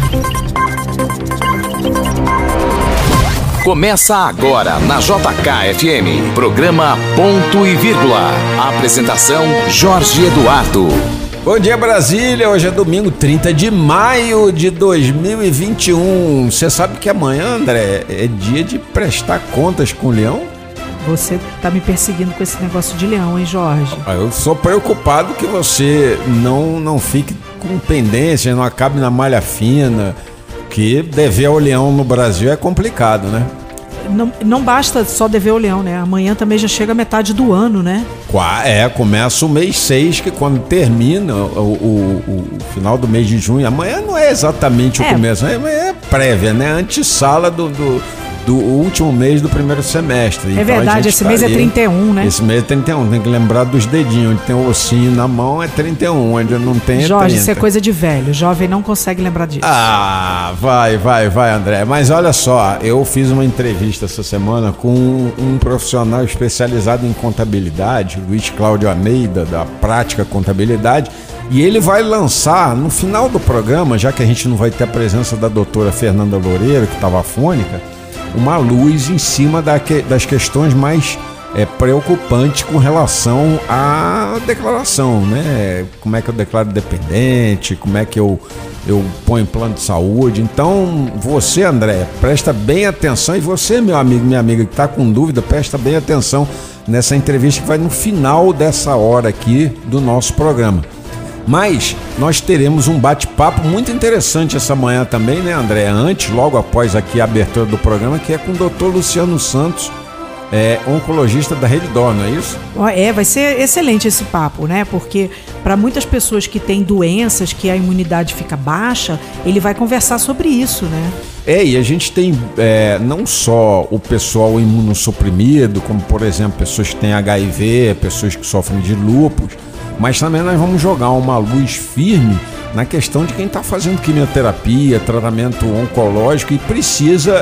Começa agora na JK-FM, programa Ponto e Vírgula. Apresentação Jorge Eduardo. Bom dia, Brasília. Hoje é domingo, 30 de maio de 2021. Você sabe que amanhã, André, é dia de prestar contas com o Leão? Você tá me perseguindo com esse negócio de leão, hein, Jorge? Eu sou preocupado que você não fique com pendência, não acabe na malha fina, que dever ao leão no Brasil é complicado, né? Não basta só dever ao leão, né? Amanhã também já chega a metade do ano, né? Começa o mês 6, que quando termina o final do mês de junho. Amanhã não é exatamente o começo, é prévia, né? Antessala do último mês do primeiro semestre. É então, verdade, esse mês é 31, né? Esse mês é 31, tem que lembrar dos dedinhos. Onde tem o ossinho na mão é 31, onde não tem é 30. Jorge, isso é coisa de velho, jovem não consegue lembrar disso. Vai, André. Mas olha só, eu fiz uma entrevista essa semana com um profissional especializado em contabilidade, Luiz Cláudio Almeida, da Prática Contabilidade, e ele vai lançar, no final do programa, já que a gente não vai ter a presença da doutora Fernanda Loureiro, que estava afônica, uma luz em cima das questões mais preocupantes com relação à declaração, né? Como é que eu declaro dependente, como é que eu ponho plano de saúde. Então, você, André, presta bem atenção, e você, meu amigo, minha amiga, que está com dúvida, presta bem atenção nessa entrevista que vai no final dessa hora aqui do nosso programa. Mas nós teremos um bate-papo muito interessante essa manhã também, né, André? Logo após aqui a abertura do programa, que é com o Dr. Luciano Santos, oncologista da Redditor, não é isso? Vai ser excelente esse papo, né? Porque para muitas pessoas que têm doenças, que a imunidade fica baixa, ele vai conversar sobre isso, né? E a gente tem não só o pessoal imunossuprimido, como, por exemplo, pessoas que têm HIV, pessoas que sofrem de lúpus, mas também nós vamos jogar uma luz firme na questão de quem está fazendo quimioterapia, tratamento oncológico e precisa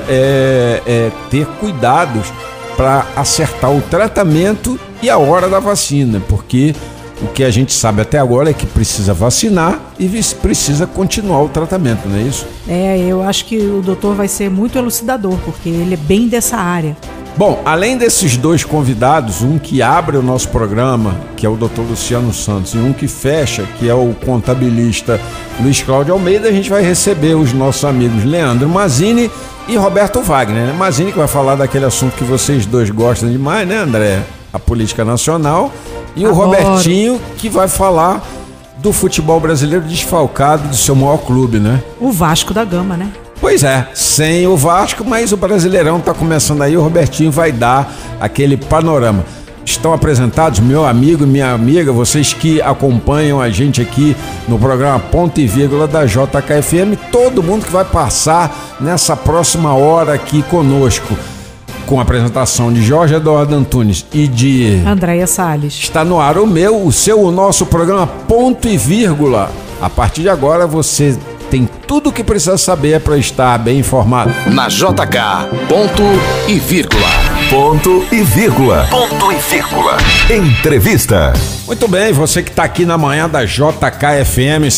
ter cuidados para acertar o tratamento e a hora da vacina, porque o que a gente sabe até agora é que precisa vacinar e precisa continuar o tratamento, não é isso? Eu acho que o doutor vai ser muito elucidador, porque ele é bem dessa área. Bom, além desses dois convidados, um que abre o nosso programa, que é o Dr. Luciano Santos, e um que fecha, que é o contabilista Luiz Cláudio Almeida, a gente vai receber os nossos amigos Leandro Mazzini e Roberto Wagner, né? Mazzini, que vai falar daquele assunto que vocês dois gostam demais, né, André? A política nacional. E o Robertinho, que vai falar do futebol brasileiro desfalcado do seu maior clube, né? O Vasco da Gama, né? Pois é, sem o Vasco, mas o Brasileirão está começando aí, o Robertinho vai dar aquele panorama. Estão apresentados, meu amigo e minha amiga, vocês que acompanham a gente aqui no programa Ponto e Vírgula da JK-FM, todo mundo que vai passar nessa próxima hora aqui conosco, com a apresentação de Jorge Eduardo Antunes e de Andréia Salles. Está no ar o nosso programa Ponto e Vírgula. A partir de agora você tem tudo o que precisa saber para estar bem informado. Na JK, ponto e vírgula. Ponto e vírgula. Ponto e vírgula. Entrevista. Muito bem, você que está aqui na manhã da JK-FM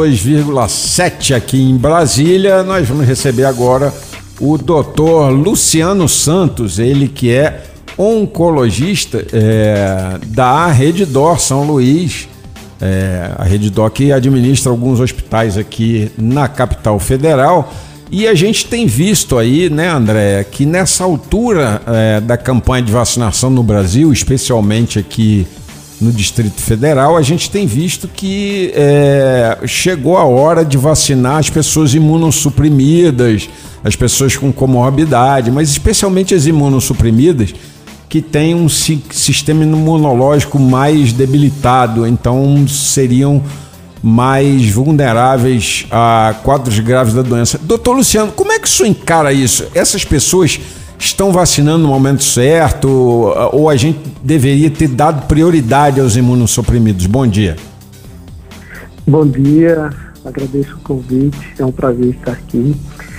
102,7 aqui em Brasília, nós vamos receber agora o Dr. Luciano Santos, ele que é oncologista da Redditor São Luís. A Redditor que administra alguns hospitais aqui na capital federal, e a gente tem visto aí, né, André, que nessa altura da campanha de vacinação no Brasil, especialmente aqui no Distrito Federal, a gente tem visto que chegou a hora de vacinar as pessoas imunossuprimidas, as pessoas com comorbidade, mas especialmente as imunossuprimidas, que tem um sistema imunológico mais debilitado, então seriam mais vulneráveis a quadros graves da doença. Doutor Luciano, como é que o senhor encara isso? Essas pessoas estão vacinando no momento certo, ou a gente deveria ter dado prioridade aos imunossuprimidos? Bom dia. Bom dia, agradeço o convite, é um prazer estar aqui.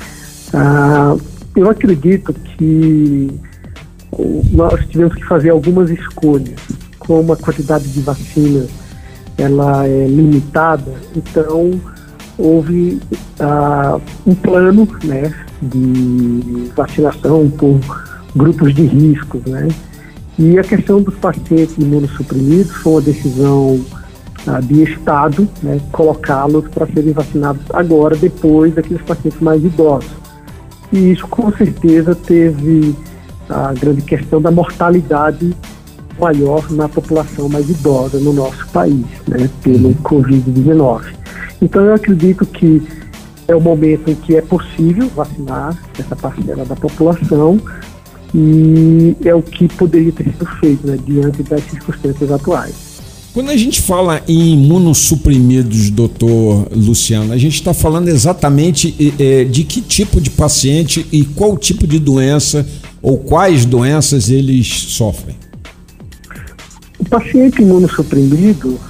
Eu acredito que nós tivemos que fazer algumas escolhas. Como a quantidade de vacina ela é limitada, então houve um plano, né, de vacinação por grupos de risco, né? E a questão dos pacientes imunossuprimidos foi uma decisão de Estado, né, colocá-los para serem vacinados agora, depois daqueles pacientes mais idosos. E isso, com certeza, teve a grande questão da mortalidade maior na população mais idosa no nosso país, né, pelo Covid-19. Então, eu acredito que é o momento em que é possível vacinar essa parcela da população e é o que poderia ter sido feito, né, diante das circunstâncias atuais. Quando a gente fala em imunossuprimidos, doutor Luciano, a gente está falando exatamente de que tipo de paciente e qual tipo de doença ou quais doenças eles sofrem? O paciente imunossuprimido,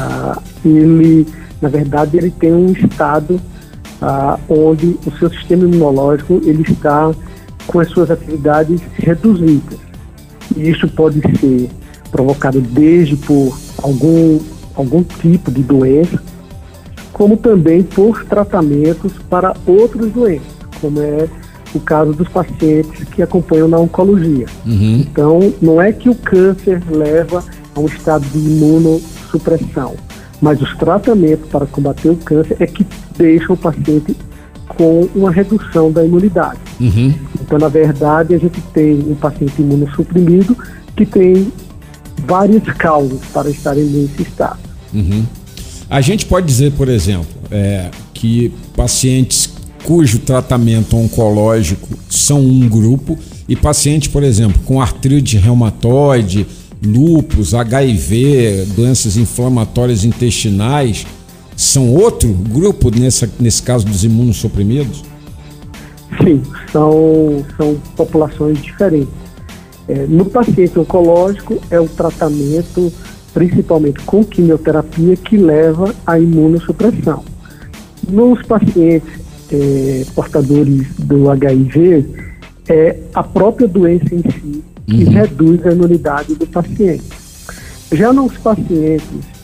ele, na verdade, ele tem um estado onde o seu sistema imunológico ele está com as suas atividades reduzidas. E isso pode ser provocado desde por algum tipo de doença, como também por tratamentos para outras doenças, como é o caso dos pacientes que acompanham na oncologia. Então, não é que o câncer leva a um estado de imunossupressão, mas os tratamentos para combater o câncer é que deixam o paciente com uma redução da imunidade. Então, na verdade, a gente tem um paciente imunossuprimido que tem várias causas para estarem nesse estado. A gente pode dizer, por exemplo, que pacientes cujo tratamento oncológico são um grupo e pacientes, por exemplo, com artrite reumatoide, lúpus, HIV, doenças inflamatórias intestinais, são outro grupo nesse caso dos imunossuprimidos? Sim, são populações diferentes. No paciente oncológico, é o tratamento, principalmente com quimioterapia, que leva à imunossupressão. Nos pacientes portadores do HIV, é a própria doença em si que reduz a imunidade do paciente. Já nos pacientes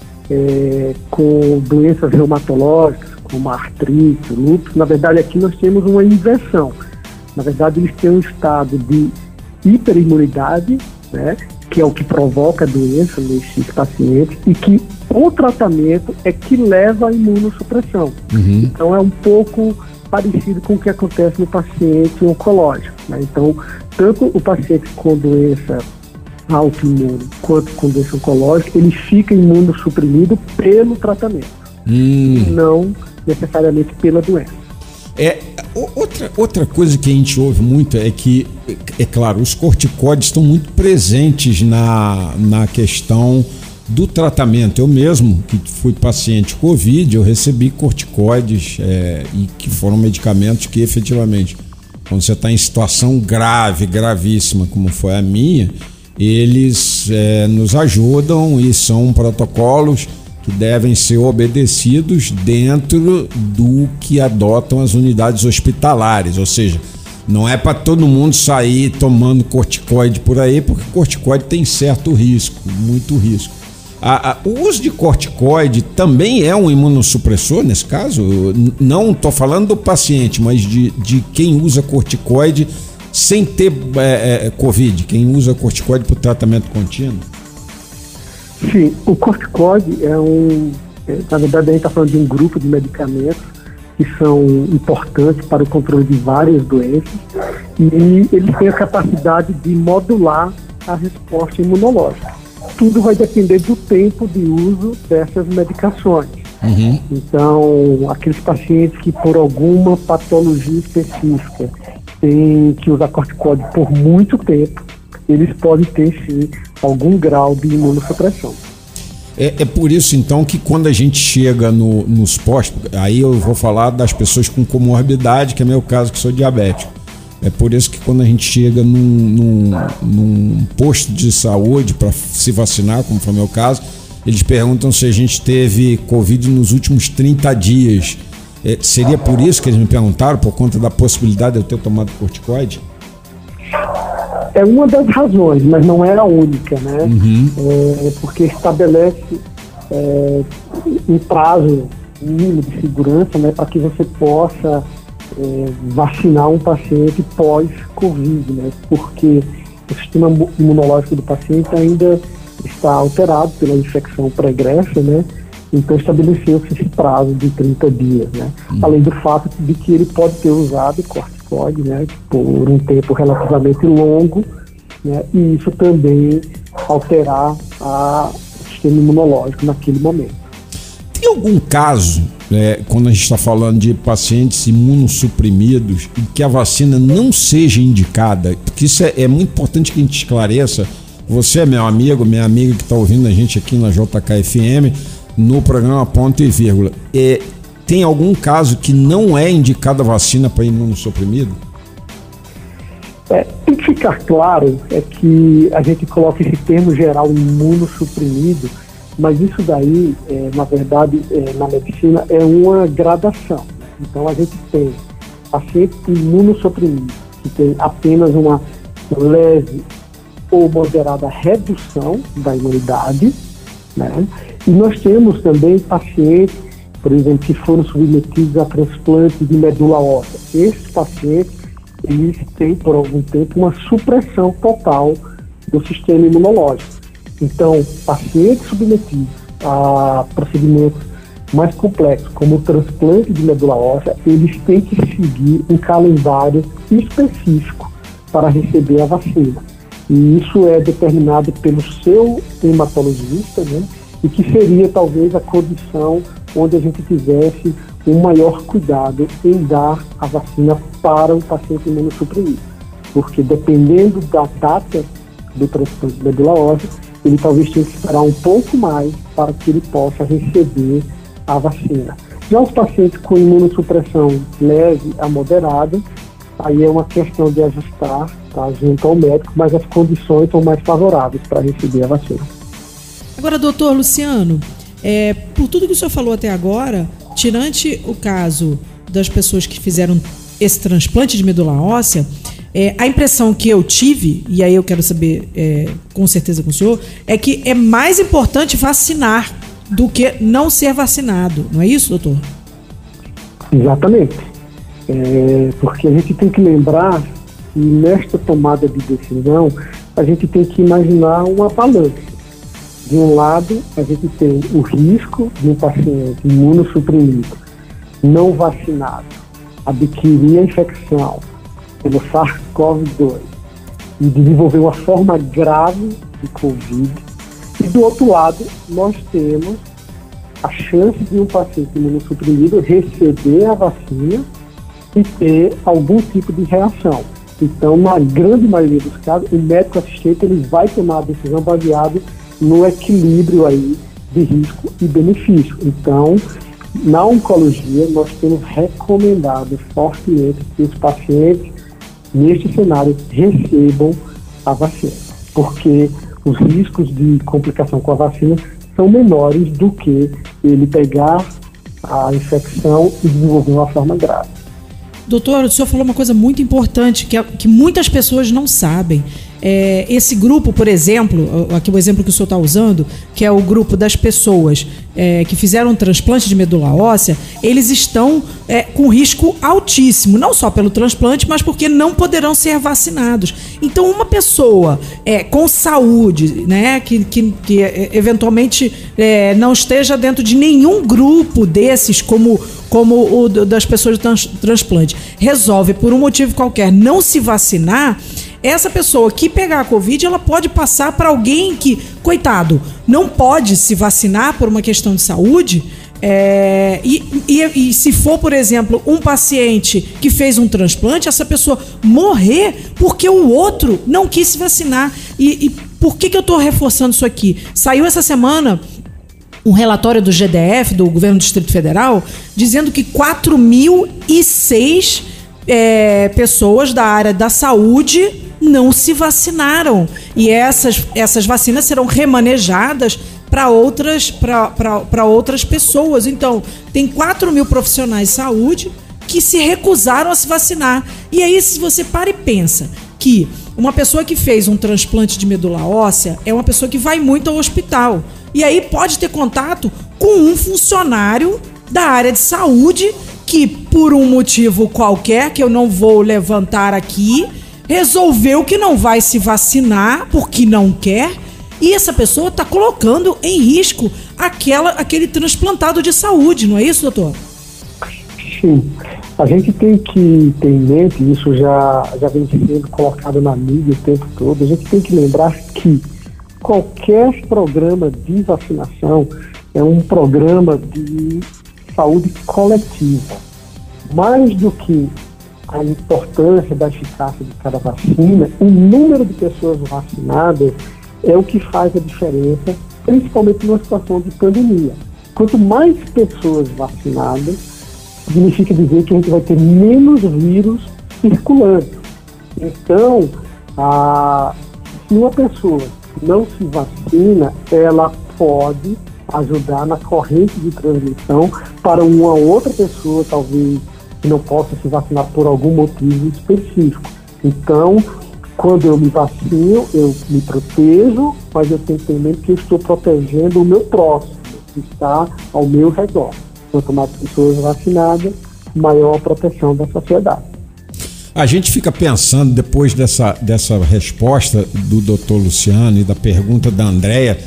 com doenças reumatológicas, como a artrite, o lúpus, na verdade aqui nós temos uma inversão. Na verdade eles têm um estado de hiperimunidade, né, que é o que provoca a doença nesses pacientes e que o tratamento é que leva à imunossupressão. Então é um pouco parecido com o que acontece no paciente oncológico, né? Então, tanto o paciente com doença autoimune quanto com doença oncológica, ele fica imunossuprimido pelo tratamento, não necessariamente pela doença. Outra coisa que a gente ouve muito é que, é claro, os corticoides estão muito presentes na questão do tratamento. Eu mesmo, que fui paciente Covid, eu recebi corticoides e que foram medicamentos que efetivamente, quando você está em situação grave, gravíssima, como foi a minha, eles nos ajudam e são protocolos que devem ser obedecidos dentro do que adotam as unidades hospitalares, ou seja, não é para todo mundo sair tomando corticoide por aí, porque corticoide tem certo risco, muito risco. O uso de corticoide também é um imunossupressor nesse caso? Não estou falando do paciente, mas de quem usa corticoide sem ter Covid, quem usa corticoide por tratamento contínuo? Sim, o corticoide na verdade a gente está falando de um grupo de medicamentos que são importantes para o controle de várias doenças e eles têm a capacidade de modular a resposta imunológica. Tudo vai depender do tempo de uso dessas medicações. Então, aqueles pacientes que por alguma patologia específica têm que usar corticoide por muito tempo, eles podem ter sim algum grau de imunossupressão. É por isso então que quando a gente chega nos postos, aí eu vou falar das pessoas com comorbidade, que é meu caso, que sou diabético. É por isso que quando a gente chega num posto de saúde para se vacinar, como foi o meu caso, eles perguntam se a gente teve Covid nos últimos 30 dias. Seria por isso que eles me perguntaram, por conta da possibilidade de eu ter tomado corticoide? É uma das razões, mas não é a única, né? Porque estabelece um prazo mínimo de segurança, né, para que você possa vacinar um paciente pós-Covid, né, porque o sistema imunológico do paciente ainda está alterado pela infecção pregressa, né, então estabeleceu-se esse prazo de 30 dias, né, além do fato de que ele pode ter usado corticoide, né, por um tempo relativamente longo, né, e isso também alterar o sistema imunológico naquele momento. Tem algum caso, quando a gente está falando de pacientes imunossuprimidos, e que a vacina não seja indicada? Porque isso é muito importante que a gente esclareça. Você, meu amigo, minha amiga que está ouvindo a gente aqui na JKFM, no programa Ponto e Vírgula. Tem algum caso que não é indicada a vacina para imunossuprimido? Tem que ficar claro que a gente coloca esse termo geral imunossuprimido, mas isso daí, na verdade, na medicina, é uma gradação. Então a gente tem paciente imunossuprimido, que tem apenas uma leve ou moderada redução da imunidade, né? E nós temos também pacientes, por exemplo, que foram submetidos a transplante de medula óssea. Esses pacientes, eles têm por algum tempo uma supressão total do sistema imunológico. Então, pacientes submetidos a procedimentos mais complexos, como o transplante de medula óssea, eles têm que seguir um calendário específico para receber a vacina. E isso é determinado pelo seu hematologista, né? E que seria talvez a condição onde a gente tivesse um maior cuidado em dar a vacina para o paciente imunossuprimido. Porque dependendo da data do transplante de medula óssea, ele talvez tenha que esperar um pouco mais para que ele possa receber a vacina. Já os pacientes com imunossupressão leve a moderada, aí é uma questão de ajustar, tá, junto ao médico, mas as condições são mais favoráveis para receber a vacina. Agora, doutor Luciano, por tudo que o senhor falou até agora, tirante o caso das pessoas que fizeram esse transplante de medula óssea, a impressão que eu tive, e aí eu quero saber com certeza com o senhor, é que é mais importante vacinar do que não ser vacinado. Não é isso, doutor? Exatamente. Porque a gente tem que lembrar que nesta tomada de decisão, a gente tem que imaginar uma balança. De um lado, a gente tem o risco de um paciente imunossuprimido, não vacinado, adquirir a infecção pelo SARS-CoV-2 e desenvolver uma forma grave de Covid. E do outro lado, nós temos a chance de um paciente imunossuprimido receber a vacina e ter algum tipo de reação. Então, na grande maioria dos casos, o médico assistente ele vai tomar a decisão baseada no equilíbrio aí de risco e benefício. Então, na oncologia, nós temos recomendado fortemente que os pacientes, neste cenário, recebam a vacina, porque os riscos de complicação com a vacina são menores do que ele pegar a infecção e desenvolver uma forma grave. Doutor, o senhor falou uma coisa muito importante que muitas pessoas não sabem. Esse grupo, por exemplo, aqui o exemplo que o senhor está usando, que é o grupo das pessoas que fizeram um transplante de medula óssea, eles estão com risco altíssimo, não só pelo transplante, mas porque não poderão ser vacinados. Então, uma pessoa com saúde, né, que eventualmente não esteja dentro de nenhum grupo desses, como o das pessoas de transplante, resolve, por um motivo qualquer, não se vacinar, essa pessoa que pegar a Covid, ela pode passar para alguém que, coitado, não pode se vacinar por uma questão de saúde. E se for, por exemplo, um paciente que fez um transplante, essa pessoa morrer porque o outro não quis se vacinar. E por que eu estou reforçando isso aqui? Saiu essa semana um relatório do GDF, do Governo do Distrito Federal, dizendo que 4.006 pessoas da área da saúde não se vacinaram. E essas vacinas serão remanejadas para outras pessoas. Então, tem 4.000 profissionais de saúde que se recusaram a se vacinar. E aí, se você para e pensa que uma pessoa que fez um transplante de medula óssea é uma pessoa que vai muito ao hospital. E aí pode ter contato com um funcionário da área de saúde que, por um motivo qualquer, que eu não vou levantar aqui, resolveu que não vai se vacinar porque não quer, e essa pessoa está colocando em risco aquele transplantado de saúde, não é isso, doutor? Sim. A gente tem que ter em mente, isso já vem sendo colocado na mídia o tempo todo, a gente tem que lembrar que qualquer programa de vacinação é um programa de saúde coletiva. Mais do que a importância da eficácia de cada vacina, o número de pessoas vacinadas é o que faz a diferença, principalmente numa situação de pandemia. Quanto mais pessoas vacinadas, significa dizer que a gente vai ter menos vírus circulando. Então, se uma pessoa não se vacina, ela pode ajudar na corrente de transmissão para uma outra pessoa, talvez, que não possa se vacinar por algum motivo específico. Então, quando eu me vacino, eu me protejo, mas eu tenho que ter em mente que eu estou protegendo o meu próximo, que está ao meu redor. Quanto mais pessoas vacinadas, maior a proteção da sociedade. A gente fica pensando, depois dessa resposta do doutor Luciano e da pergunta da Andréia,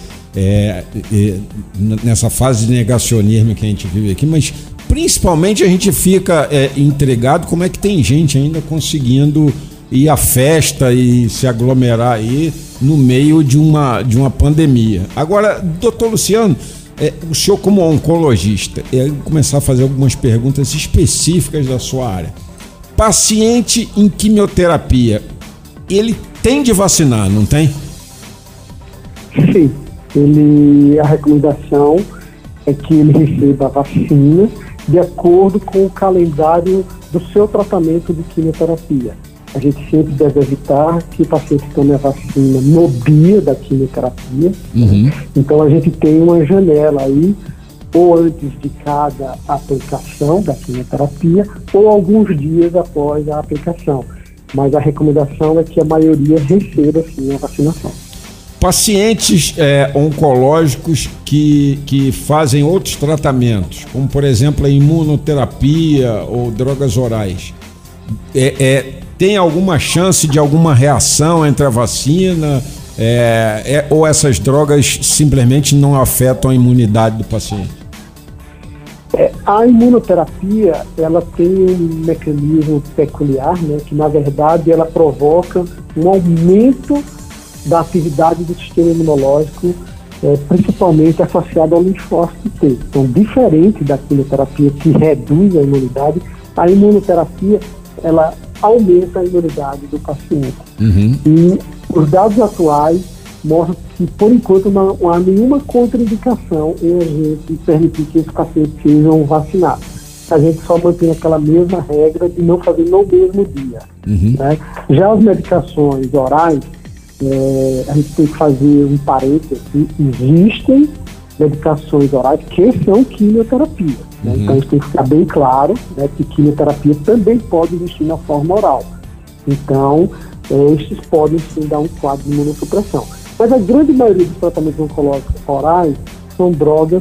nessa fase de negacionismo que a gente vive aqui, mas principalmente a gente fica intrigado como é que tem gente ainda conseguindo ir à festa e se aglomerar aí no meio de uma pandemia. Agora, doutor Luciano, o senhor como oncologista, começar a fazer algumas perguntas específicas da sua área. Paciente em quimioterapia, ele tem de vacinar, não tem? Sim, a recomendação é que ele receba a vacina de acordo com o calendário do seu tratamento de quimioterapia. A gente sempre deve evitar que o paciente tome a vacina no dia da quimioterapia. Uhum. Então a gente tem uma janela aí, ou antes de cada aplicação da quimioterapia, ou alguns dias após a aplicação. Mas a recomendação é que a maioria receba, sim, a vacinação. Pacientes oncológicos que fazem outros tratamentos, como por exemplo a imunoterapia ou drogas orais, tem alguma chance de alguma reação entre a vacina ou essas drogas simplesmente não afetam a imunidade do paciente? A imunoterapia, ela tem um mecanismo peculiar, né, que na verdade ela provoca um aumento da atividade do sistema imunológico, principalmente associado ao linfócito T. Então, diferente da quimioterapia que reduz a imunidade, a imunoterapia, ela aumenta a imunidade do paciente. Uhum. E os dados atuais mostram que, por enquanto, não há nenhuma contraindicação em a gente permitir que esses pacientes sejam vacinados. A gente só mantém aquela mesma regra de não fazer no mesmo dia. Uhum. Né? Já as medicações orais, a gente tem que fazer um parênteses aqui, existem medicações orais que são quimioterapia. Né? Uhum. Então, isso tem que ficar bem claro, né, que quimioterapia também pode existir na forma oral. Então, estes podem sim dar um quadro de imunossupressão. Mas a grande maioria dos tratamentos oncológicos orais são drogas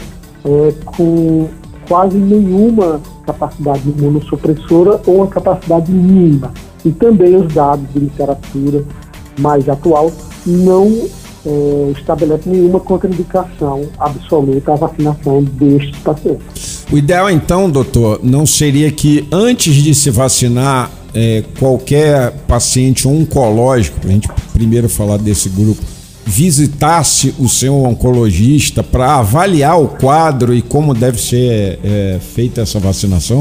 com quase nenhuma capacidade imunossupressora ou uma capacidade mínima. E também os dados de literatura mais atual não estabelece nenhuma contraindicação absoluta à vacinação destes pacientes. O ideal então, doutor, não seria que antes de se vacinar qualquer paciente oncológico, para a gente primeiro falar desse grupo, visitasse o seu oncologista para avaliar o quadro e como deve ser feita essa vacinação?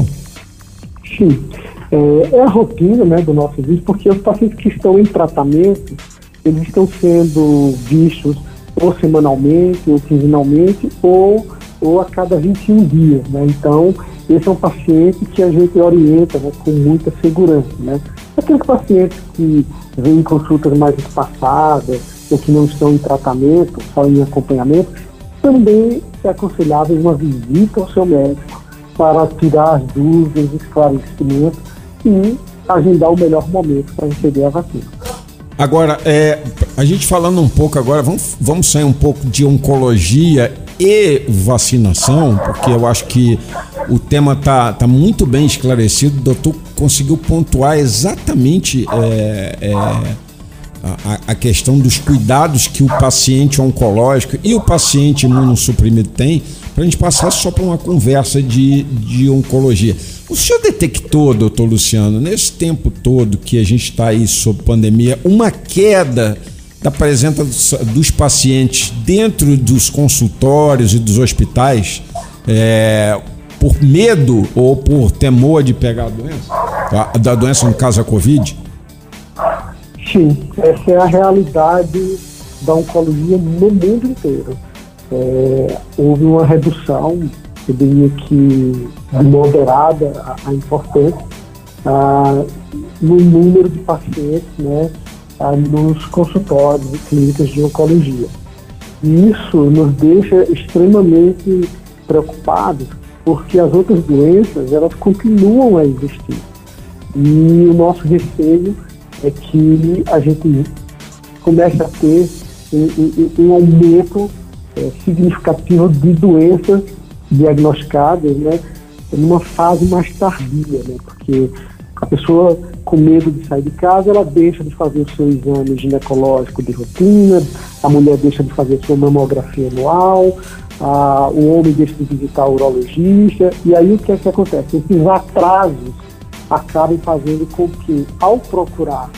Sim, é a rotina, né, do nosso serviço, porque os pacientes que estão em tratamento, eles estão sendo vistos ou semanalmente, ou quinzenalmente, ou a cada 21 dias, né? Então, esse é um paciente que a gente orienta, né, com muita segurança, né? Aqueles pacientes que vêm em consultas mais espaçadas, ou que não estão em tratamento, só em acompanhamento, também é aconselhável uma visita ao seu médico para tirar as dúvidas, esclarecimentos e agendar o melhor momento para receber a vacina. Agora, a gente falando um pouco agora, vamos sair um pouco de oncologia e vacinação, porque eu acho que O tema tá muito bem esclarecido. O doutor conseguiu pontuar exatamente a questão dos cuidados que o paciente oncológico e o paciente imunossuprimido tem, para a gente passar só para uma conversa de oncologia. O senhor detectou, doutor Luciano, nesse tempo todo que a gente está aí sob pandemia, uma queda da presença dos pacientes dentro dos consultórios e dos hospitais, por medo ou por temor de pegar a doença? Da doença, no caso, a Covid? Sim, essa é a realidade da oncologia no mundo inteiro. Houve uma redução, eu diria que moderada a importância, no número de pacientes, né, nos consultórios e clínicas de oncologia. E isso nos deixa extremamente preocupados, porque as outras doenças, elas continuam a existir. E o nosso receio é que a gente comece a ter um aumento significativo de doenças diagnosticadas, né, numa fase mais tardia, né, porque a pessoa, com medo de sair de casa, ela deixa de fazer o seu exame ginecológico de rotina, a mulher deixa de fazer sua mamografia anual, o homem deixa de visitar o urologista, e aí o que é que acontece? Esses atrasos acabam fazendo com que, ao procurar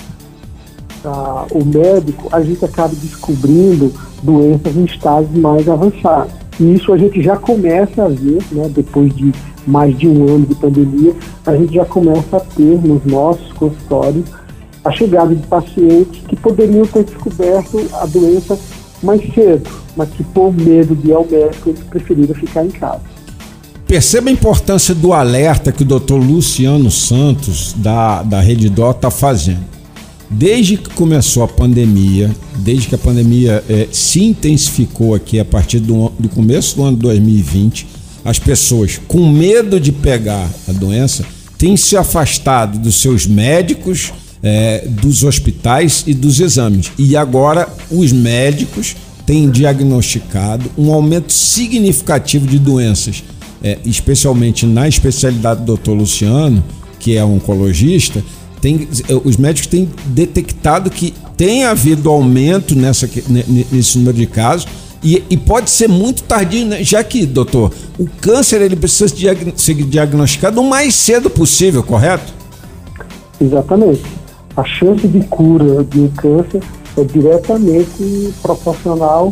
o médico, a gente acabe descobrindo doenças em estágios mais avançados. E isso a gente já começa a ver, né, depois de mais de um ano de pandemia, a gente já começa a ter nos nossos consultórios a chegada de pacientes que poderiam ter descoberto a doença mais cedo, mas que por medo de ir ao médico eles preferiram ficar em casa. Perceba a importância do alerta que o Dr. Luciano Santos, da Rede Dó, está fazendo. Desde que começou a pandemia, desde que a pandemia se intensificou aqui a partir do começo do ano de 2020, as pessoas com medo de pegar a doença têm se afastado dos seus médicos, dos hospitais e dos exames. E agora os médicos têm diagnosticado um aumento significativo de doenças, especialmente na especialidade do Dr. Luciano, que é oncologista. Os médicos têm detectado que tem havido aumento nesse número de casos e pode ser muito tardio, né? Já que, doutor, o câncer ele precisa ser diagnosticado o mais cedo possível, correto? Exatamente. A chance de cura de um câncer é diretamente proporcional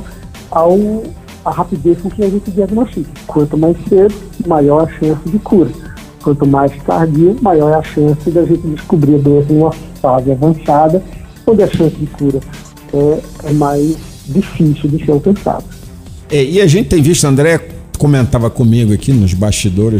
à rapidez com que a gente diagnostica. Quanto mais cedo, maior a chance de cura. Quanto mais tardio, maior é a chance da gente descobrir a doença em uma fase avançada, onde a chance de cura é mais difícil de ser alcançada. E a gente tem visto, André comentava comigo aqui nos bastidores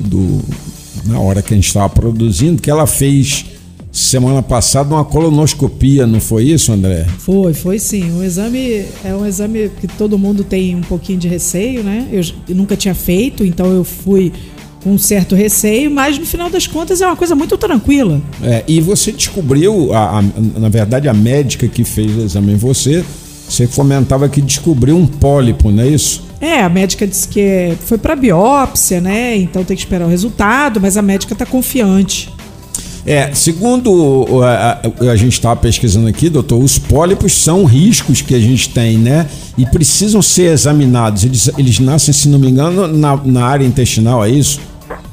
na hora que a gente estava produzindo, que ela fez semana passada uma colonoscopia, não foi isso, André? Foi sim. O exame é um exame que todo mundo tem um pouquinho de receio, né? Eu nunca tinha feito, então eu fui com um certo receio, mas no final das contas é uma coisa muito tranquila. E você descobriu, na verdade a médica que fez o exame em você comentava que descobriu um pólipo, não é isso? A médica disse que foi para biópsia, né? Então tem que esperar o resultado, mas a médica está confiante. Segundo a gente estava pesquisando aqui, doutor, os pólipos são riscos que a gente tem, né? E precisam ser examinados. Eles nascem, se não me engano, na área intestinal, é isso?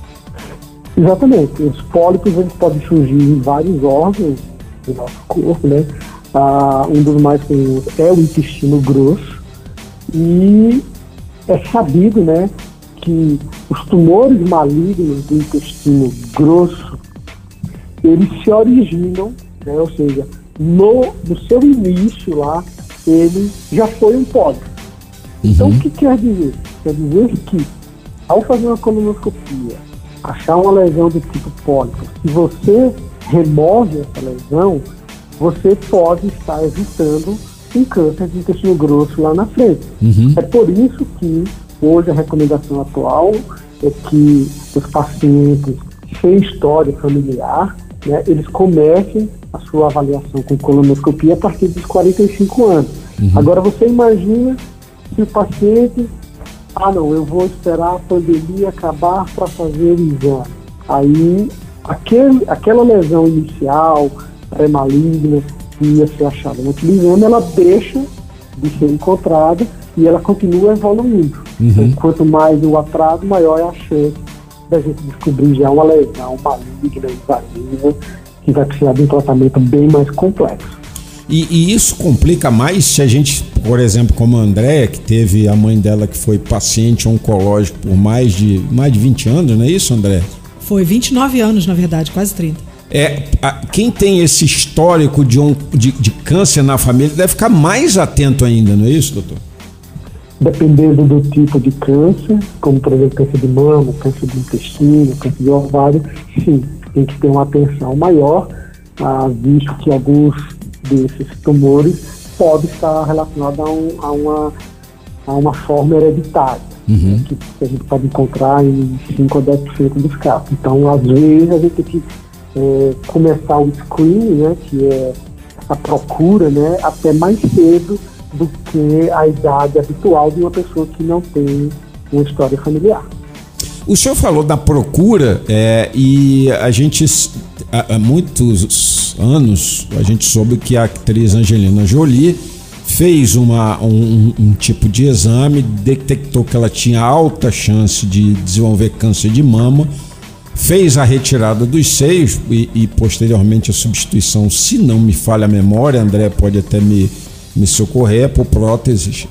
Exatamente. Os pólipos eles podem surgir em vários órgãos do nosso corpo, né? Um dos mais comuns é o intestino grosso. E é sabido, né, que os tumores malignos do intestino grosso eles se originam, né, ou seja, no seu início lá, ele já foi um pólipo. Então, o que quer dizer? Quer dizer que, ao fazer uma colonoscopia, achar uma lesão do tipo pólipo, se você remove essa lesão, você pode estar evitando um câncer de intestino grosso lá na frente. É por isso que, hoje, a recomendação atual é que os pacientes sem história familiar, né, eles comecem a sua avaliação com colonoscopia a partir dos 45 anos. Agora você imagina se o paciente não, eu vou esperar a pandemia acabar para fazer o exame. Aí, aquela lesão inicial, pré-maligna, que ia ser achada naquele exame, ela deixa de ser encontrada e ela continua evoluindo. Então, quanto mais o atraso, maior é a chance da gente descobrir já uma lesão maligna, invasiva, que vai precisar de um tratamento bem mais complexo. E isso complica mais se a gente, por exemplo, como a Andréia, que teve a mãe dela que foi paciente oncológico por mais de 20 anos, não é isso, André? Foi 29 anos, na verdade, quase 30. Quem tem esse histórico de câncer na família deve ficar mais atento ainda, não é isso, doutor? Dependendo do tipo de câncer, como por exemplo câncer de mama, câncer de intestino, câncer de ovário, sim, tem que ter uma atenção maior, visto que alguns desses tumores podem estar relacionados a uma forma hereditária, que a gente pode encontrar em 5 a 10% dos casos. Então, às vezes, a gente tem que começar o screening, né, que é a procura, né, até mais cedo do que a idade habitual de uma pessoa que não tem uma história familiar. O senhor falou da procura e a gente, há muitos anos, a gente soube que a atriz Angelina Jolie fez um tipo de exame, detectou que ela tinha alta chance de desenvolver câncer de mama, fez a retirada dos seios e posteriormente a substituição, se não me falha a memória, André pode até me socorrer, por próteses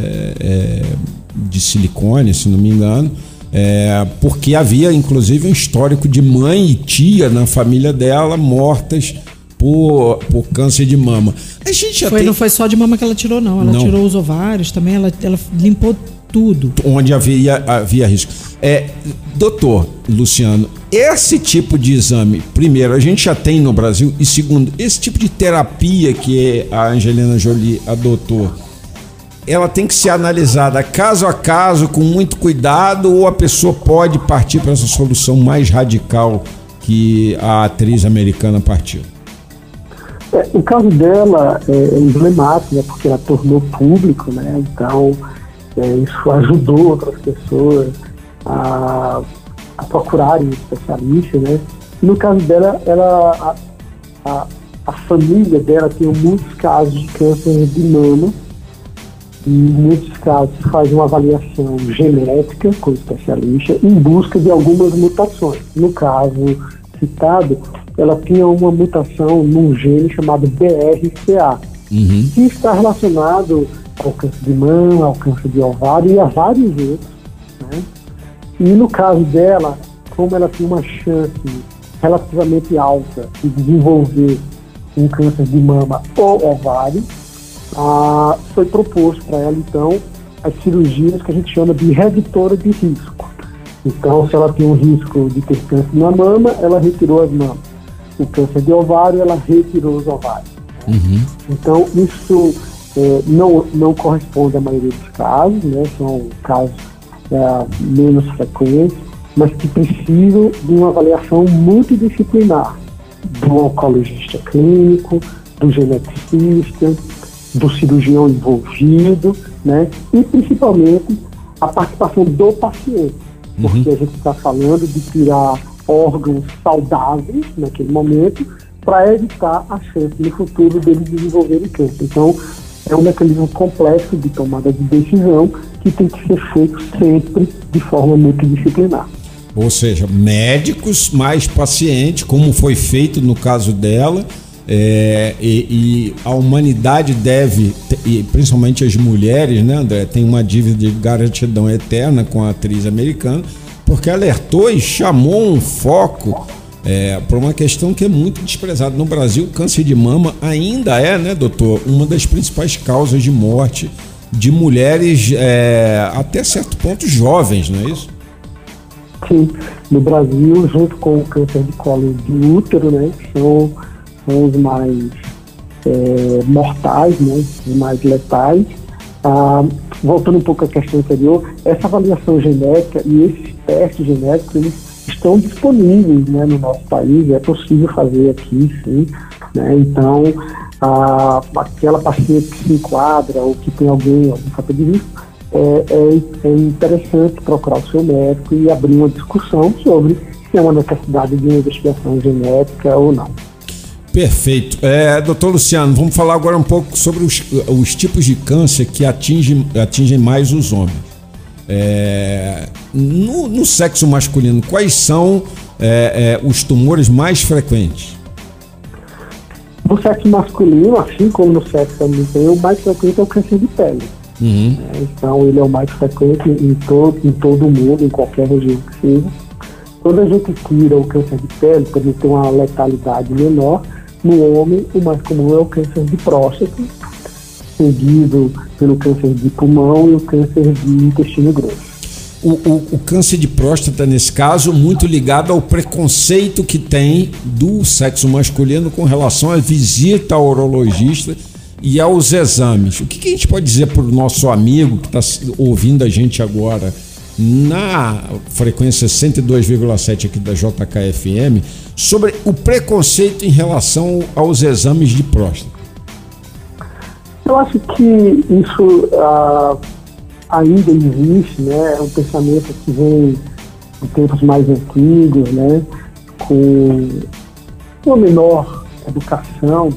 de silicone, se não me engano, porque havia inclusive um histórico de mãe e tia na família dela mortas por câncer de mama. A gente já não foi só de mama que ela tirou, não. Ela tirou os ovários também, ela limpou tudo. Onde havia risco. Doutor Luciano, esse tipo de exame, primeiro, a gente já tem no Brasil, e segundo, esse tipo de terapia que a Angelina Jolie adotou, ela tem que ser analisada caso a caso, com muito cuidado, ou a pessoa pode partir para essa solução mais radical que a atriz americana partiu? O caso dela é emblemático, né, porque ela tornou público, né, então isso ajudou outras pessoas a procurarem especialistas, né. No caso dela, a família dela tem muitos casos de câncer de mama, e em muitos casos se faz uma avaliação genética com o especialista em busca de algumas mutações. No caso citado, ela tinha uma mutação num gene chamado BRCA, que está relacionado ao câncer de mama, ao câncer de ovário e a vários outros, né? E no caso dela, como ela tinha uma chance relativamente alta de desenvolver um câncer de mama ou ovário, foi proposto para ela, então, as cirurgias que a gente chama de redutora de risco. Então, se ela tem um risco de ter câncer na mama, ela retirou as mamas. O câncer de ovário, ela retirou os ovários. Então, isso não corresponde à maioria dos casos, né? São casos menos frequentes, mas que precisam de uma avaliação multidisciplinar do oncologista clínico, do geneticista, do cirurgião envolvido, né? E principalmente a participação do paciente, porque a gente está falando de tirar órgãos saudáveis naquele momento para evitar a chance no futuro dele desenvolver câncer. Então, é um mecanismo complexo de tomada de decisão que tem que ser feito sempre de forma multidisciplinar. Ou seja, médicos mais pacientes, como foi feito no caso dela, e a humanidade deve, e principalmente as mulheres, né, André, tem uma dívida de gratidão eterna com a atriz americana, porque alertou e chamou um foco para uma questão que é muito desprezada. No Brasil, o câncer de mama ainda né, doutor, uma das principais causas de morte de mulheres até certo ponto jovens, não é isso? Sim, no Brasil, junto com o câncer de colo de útero, né, são os mais mortais, né, os mais letais. Voltando um pouco à questão anterior, essa avaliação genética e esses testes genéticos, eles estão disponíveis, né, no nosso país, é possível fazer aqui, sim, né, então aquela paciente que se enquadra ou que tem algum fator de risco, é interessante procurar o seu médico e abrir uma discussão sobre se é uma necessidade de uma investigação genética ou não. Perfeito. Doutor Luciano, vamos falar agora um pouco sobre os tipos de câncer que atingem mais os homens. No sexo masculino, quais são os tumores mais frequentes? No sexo masculino, assim como no sexo feminino, o mais frequente é o câncer de pele. Então, ele é o mais frequente em todo o mundo, em qualquer região que seja. Quando a gente tira o câncer de pele, para ele ter uma letalidade menor, no homem, o mais comum é o câncer de próstata, seguido pelo câncer de pulmão e o câncer de intestino grosso. O câncer de próstata, nesse caso, muito ligado ao preconceito que tem do sexo masculino com relação à visita ao urologista e aos exames. O que a gente pode dizer para o nosso amigo que está ouvindo a gente agora na frequência 102,7 aqui da JKFM sobre o preconceito em relação aos exames de próstata? Eu acho que isso ainda existe, né? É um pensamento que vem de tempos mais antigos, né? Com uma menor educação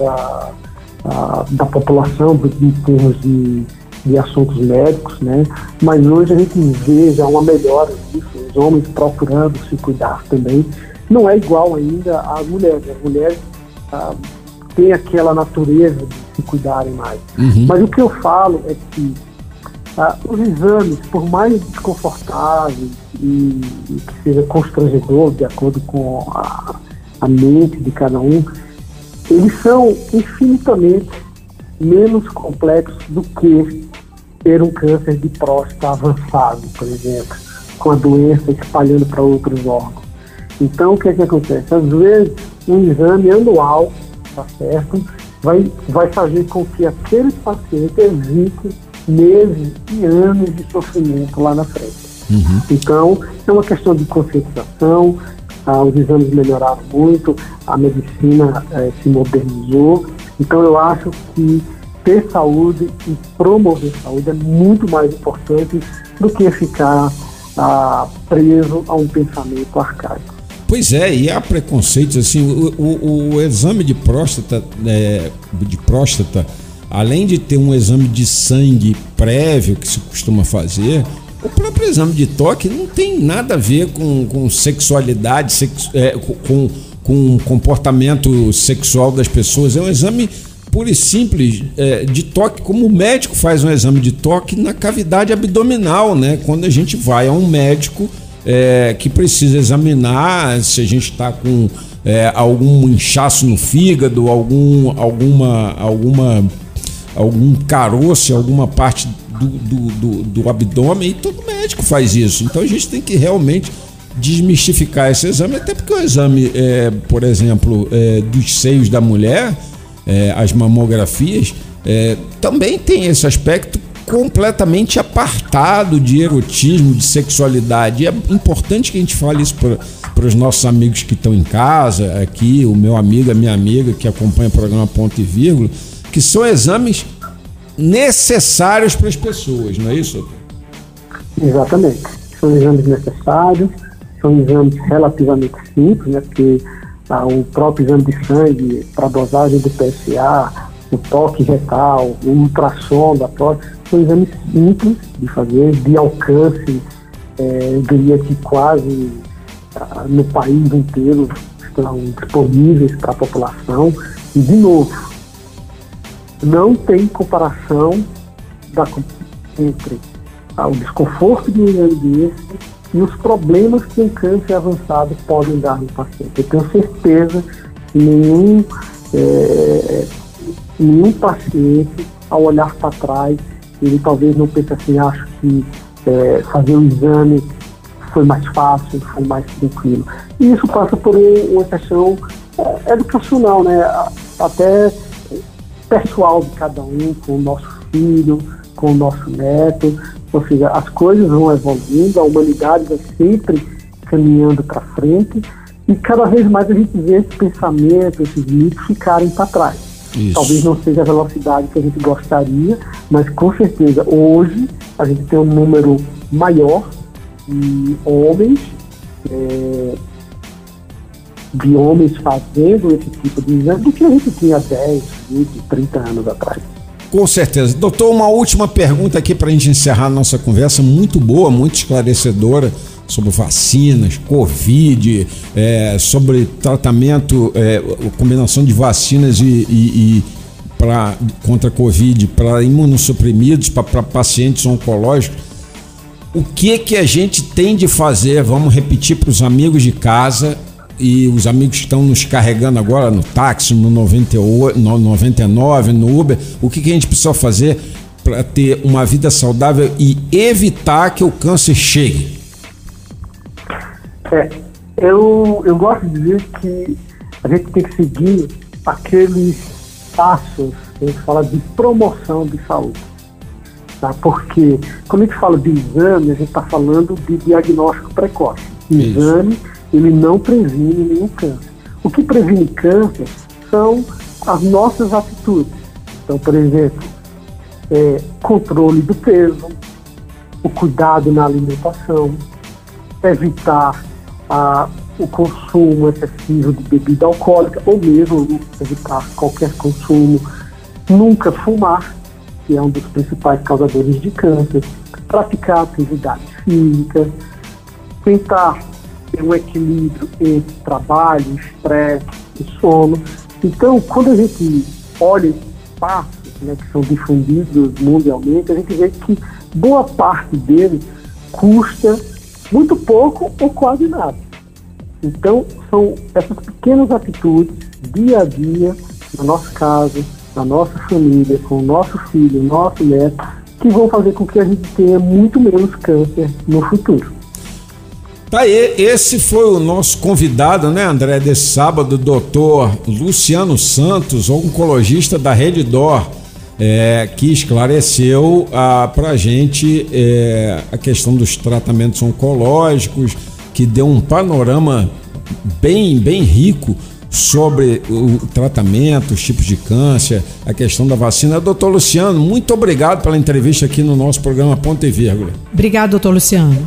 da população em termos de assuntos médicos, né? Mas hoje a gente vê já uma melhora disso, os homens procurando se cuidar também. Não é igual ainda às mulheres. As mulheres têm aquela natureza de se cuidarem mais. Mas o que eu falo é que os exames, por mais desconfortáveis e que seja constrangedor, de acordo com a mente de cada um, eles são infinitamente menos complexos do que ter um câncer de próstata avançado, por exemplo, com a doença espalhando para outros órgãos. Então, o que é que acontece? Às vezes, um exame anual, tá certo, vai fazer com que aquele paciente evite meses e anos de sofrimento lá na frente. Então, é uma questão de conscientização, os exames melhoraram muito, a medicina se modernizou. Então, eu acho que ter saúde e promover saúde é muito mais importante do que ficar preso a um pensamento arcaico. Pois é, e há preconceitos, assim, o exame de próstata, além de ter um exame de sangue prévio que se costuma fazer, o próprio exame de toque não tem nada a ver com sexualidade, com comportamento sexual das pessoas. É um exame puro e simples de toque, como o médico faz um exame de toque na cavidade abdominal, né? Quando a gente vai a um médico que precisa examinar se a gente está com algum inchaço no fígado, algum caroço, alguma parte do abdômen, e todo médico faz isso. Então a gente tem que realmente desmistificar esse exame, até porque o exame, por exemplo, dos seios da mulher, as mamografias, também tem esse aspecto completamente apartado de erotismo, de sexualidade. E é importante que a gente fale isso para os nossos amigos que estão em casa, aqui, o meu amigo, a minha amiga que acompanha o programa Ponto e Vírgula, que são exames necessários para as pessoas, não é isso? Exatamente. São exames necessários, são exames relativamente simples, né? Porque o próprio exame de sangue para a dosagem do PSA, o toque retal, o ultrassom da próstata, são exames simples de fazer, de alcance, eu diria que quase no país inteiro estão disponíveis para a população. E, de novo, não tem comparação entre o desconforto de um exame desse e os problemas que um câncer avançado podem dar no paciente. Eu tenho certeza que nenhum paciente, ao olhar para trás, ele talvez não pense assim, acho que fazer o exame foi mais fácil, foi mais tranquilo. E isso passa por uma questão educacional, né? Até pessoal de cada um, com o nosso filho, com o nosso neto. Ou seja, as coisas vão evoluindo, a humanidade vai sempre caminhando para frente, e cada vez mais a gente vê esse pensamento, esses mitos ficarem para trás. Isso. Talvez não seja a velocidade que a gente gostaria, mas com certeza hoje a gente tem um número maior de homens, fazendo esse tipo de exame do que a gente tinha 10, 20, 30 anos atrás. Com certeza. Doutor, uma última pergunta aqui para a gente encerrar a nossa conversa, muito boa, muito esclarecedora, sobre vacinas, Covid, sobre tratamento, combinação de vacinas contra Covid para imunossuprimidos, para pacientes oncológicos. O que a gente tem de fazer? Vamos repetir para os amigos de casa e os amigos que estão nos carregando agora no táxi, no 98, no 99, no Uber. O que a gente precisa fazer para ter uma vida saudável e evitar que o câncer chegue? Eu gosto de dizer que a gente tem que seguir aqueles passos que a gente fala de promoção de saúde. Tá? Porque quando a gente fala de exame, a gente está falando de diagnóstico precoce. O exame, ele não previne nenhum câncer. O que previne câncer são as nossas atitudes. Então, por exemplo, controle do peso, o cuidado na alimentação, evitar o consumo excessivo de bebida alcoólica, ou mesmo evitar qualquer consumo, nunca fumar, que é um dos principais causadores de câncer, praticar atividade física, tentar ter um equilíbrio entre trabalho, estresse e sono. Então, quando a gente olha esses passos, que são difundidos mundialmente, a gente vê que boa parte deles custa muito pouco ou quase nada. Então, são essas pequenas atitudes, dia a dia, na nossa casa, na nossa família, com o nosso filho, nosso neto, que vão fazer com que a gente tenha muito menos câncer no futuro. Tá aí, esse foi o nosso convidado, né, André, desse sábado, o doutor Luciano Santos, oncologista da Redditor, que esclareceu pra gente a questão dos tratamentos oncológicos, que deu um panorama bem rico sobre o tratamento, os tipos de câncer, a questão da vacina. Doutor Luciano, muito obrigado pela entrevista aqui no nosso programa Ponto e Vírgula. Obrigado, doutor Luciano.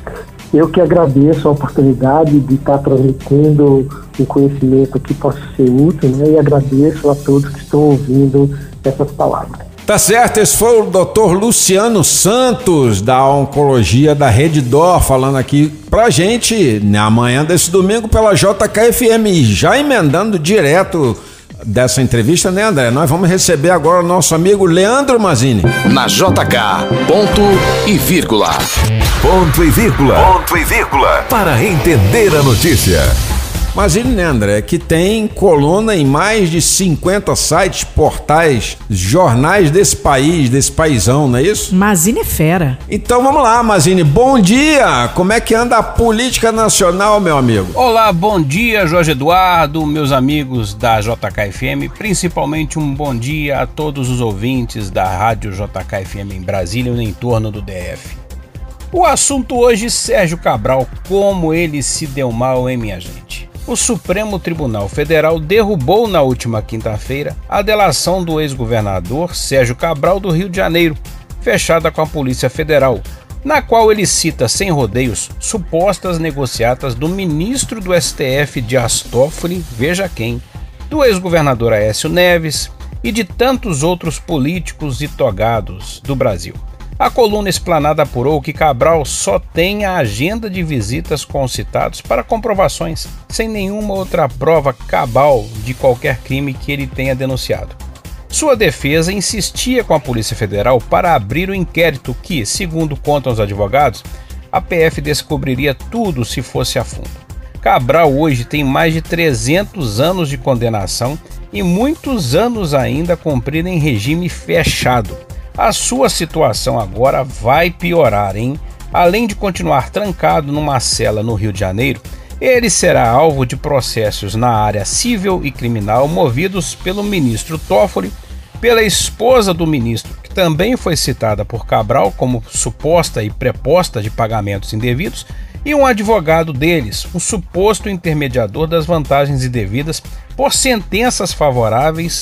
Eu que agradeço a oportunidade de estar transmitindo um conhecimento que possa ser útil, né? E agradeço a todos que estão ouvindo essas palavras. Tá certo, esse foi o Dr. Luciano Santos, da Oncologia da Redditor, falando aqui pra gente na manhã desse domingo pela JKFM. E já emendando direto dessa entrevista, né, André? Nós vamos receber agora o nosso amigo Leandro Mazini. Na JK, ponto e vírgula. Ponto e vírgula. Ponto e vírgula. Para entender a notícia. Mazini, né, André, que tem coluna em mais de 50 sites, portais, jornais desse país, desse paizão, não é isso? Mazini é fera. Então vamos lá, Mazini, bom dia! Como é que anda a política nacional, meu amigo? Olá, bom dia, Jorge Eduardo, meus amigos da JKFM, principalmente um bom dia a todos os ouvintes da Rádio JKFM em Brasília e no entorno do DF. O assunto hoje, Sérgio Cabral, como ele se deu mal, hein, minha gente? O Supremo Tribunal Federal derrubou na última quinta-feira a delação do ex-governador Sérgio Cabral do Rio de Janeiro, fechada com a Polícia Federal, na qual ele cita sem rodeios supostas negociatas do ministro do STF Dias Toffoli, veja quem, do ex-governador Aécio Neves e de tantos outros políticos e togados do Brasil. A coluna Esplanada apurou que Cabral só tem a agenda de visitas com os citados para comprovações, sem nenhuma outra prova cabal de qualquer crime que ele tenha denunciado. Sua defesa insistia com a Polícia Federal para abrir o inquérito que, segundo contam os advogados, a PF descobriria tudo se fosse a fundo. Cabral hoje tem mais de 300 anos de condenação e muitos anos ainda a cumprir em regime fechado. A sua situação agora vai piorar, hein? Além de continuar trancado numa cela no Rio de Janeiro, ele será alvo de processos na área civil e criminal movidos pelo ministro Toffoli, pela esposa do ministro, que também foi citada por Cabral como suposta e preposta de pagamentos indevidos, e um advogado deles, um suposto intermediador das vantagens indevidas por sentenças favoráveis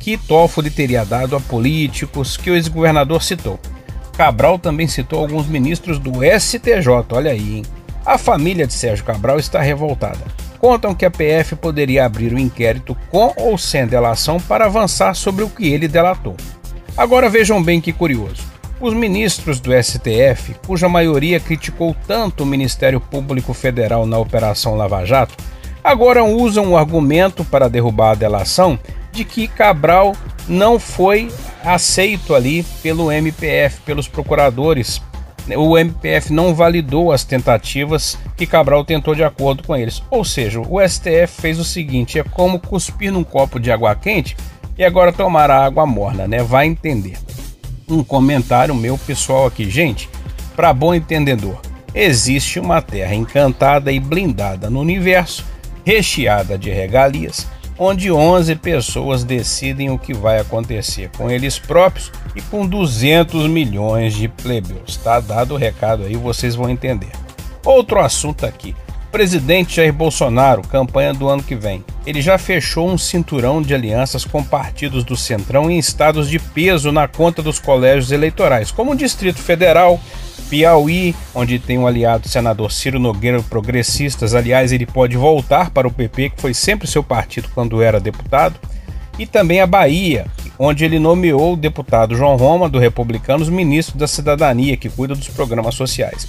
que Toffoli teria dado a políticos que o ex-governador citou. Cabral também citou alguns ministros do STJ, olha aí, hein? A família de Sérgio Cabral está revoltada. Contam que a PF poderia abrir um inquérito com ou sem delação para avançar sobre o que ele delatou. Agora vejam bem que curioso. Os ministros do STF, cuja maioria criticou tanto o Ministério Público Federal na Operação Lava Jato, agora usam o argumento para derrubar a delação de que Cabral não foi aceito ali pelo MPF, pelos procuradores. O MPF não validou as tentativas que Cabral tentou de acordo com eles. Ou seja, o STF fez o seguinte, é como cuspir num copo de água quente e agora tomar a água morna, né? Vai entender. Um comentário meu pessoal aqui, gente, para bom entendedor, existe uma terra encantada e blindada no universo, recheada de regalias, onde 11 pessoas decidem o que vai acontecer com eles próprios e com 200 milhões de plebeus. Tá dado o recado aí, vocês vão entender. Outro assunto aqui. Presidente Jair Bolsonaro, campanha do ano que vem. Ele já fechou um cinturão de alianças com partidos do Centrão em estados de peso na conta dos colégios eleitorais, como o Distrito Federal, Piauí, onde tem um aliado, o senador Ciro Nogueira, progressistas. Aliás, ele pode voltar para o PP, que foi sempre seu partido quando era deputado, e também a Bahia, onde ele nomeou o deputado João Roma, do Republicanos, ministro da Cidadania, que cuida dos programas sociais.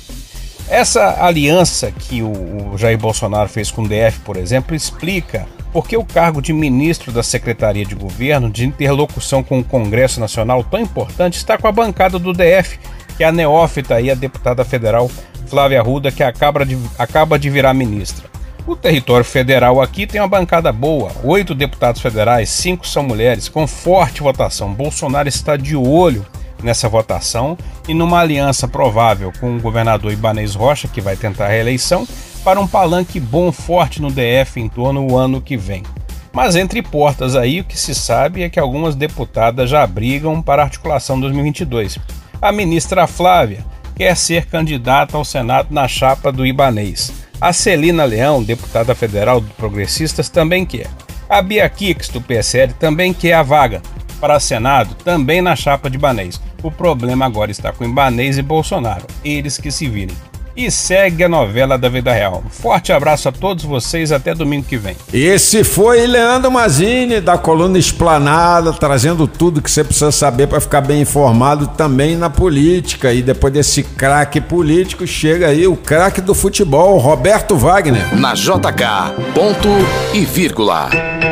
Essa aliança que o Jair Bolsonaro fez com o DF, por exemplo, explica por que o cargo de ministro da Secretaria de Governo, de interlocução com o Congresso Nacional, tão importante, está com a bancada do DF, que é a neófita aí, a deputada federal Flávia Arruda, que acaba de virar ministra. O território federal aqui tem uma bancada boa, 8 deputados federais, 5 são mulheres, com forte votação. Bolsonaro está de olho nessa votação e numa aliança provável com o governador Ibanez Rocha, que vai tentar a reeleição, para um palanque bom, forte no DF em torno do ano que vem. Mas entre portas aí, o que se sabe é que algumas deputadas já brigam para a articulação 2022. A ministra Flávia quer ser candidata ao Senado na chapa do Ibanez. A Celina Leão, deputada federal do Progressistas, também quer. A Bia Kicis, do PSL, também quer a vaga para Senado, também na chapa de Ibanez. O problema agora está com Ibanez e Bolsonaro, eles que se virem. E segue a novela da vida real. Um forte abraço a todos vocês, até domingo que vem. Esse foi Leandro Mazzini, da coluna Esplanada, trazendo tudo que você precisa saber para ficar bem informado também na política. E depois desse craque político, chega aí o craque do futebol, Roberto Wagner. Na JK, ponto e vírgula.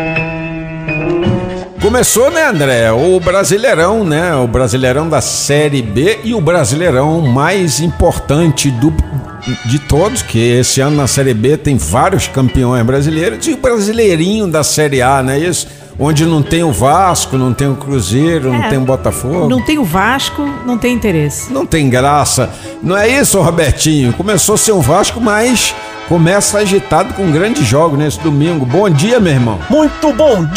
Começou, né, André? O Brasileirão, né? O Brasileirão da Série B e o Brasileirão mais importante de todos, que esse ano na Série B tem vários campeões brasileiros, e o Brasileirinho da Série A, né? Isso, onde não tem o Vasco, não tem o Cruzeiro, não tem o Botafogo. Não tem o Vasco, não tem interesse. Não tem graça. Não é isso, Robertinho? Começou a ser um Vasco, mas começa agitado com grandes jogos nesse domingo. Bom dia, meu irmão. Muito bom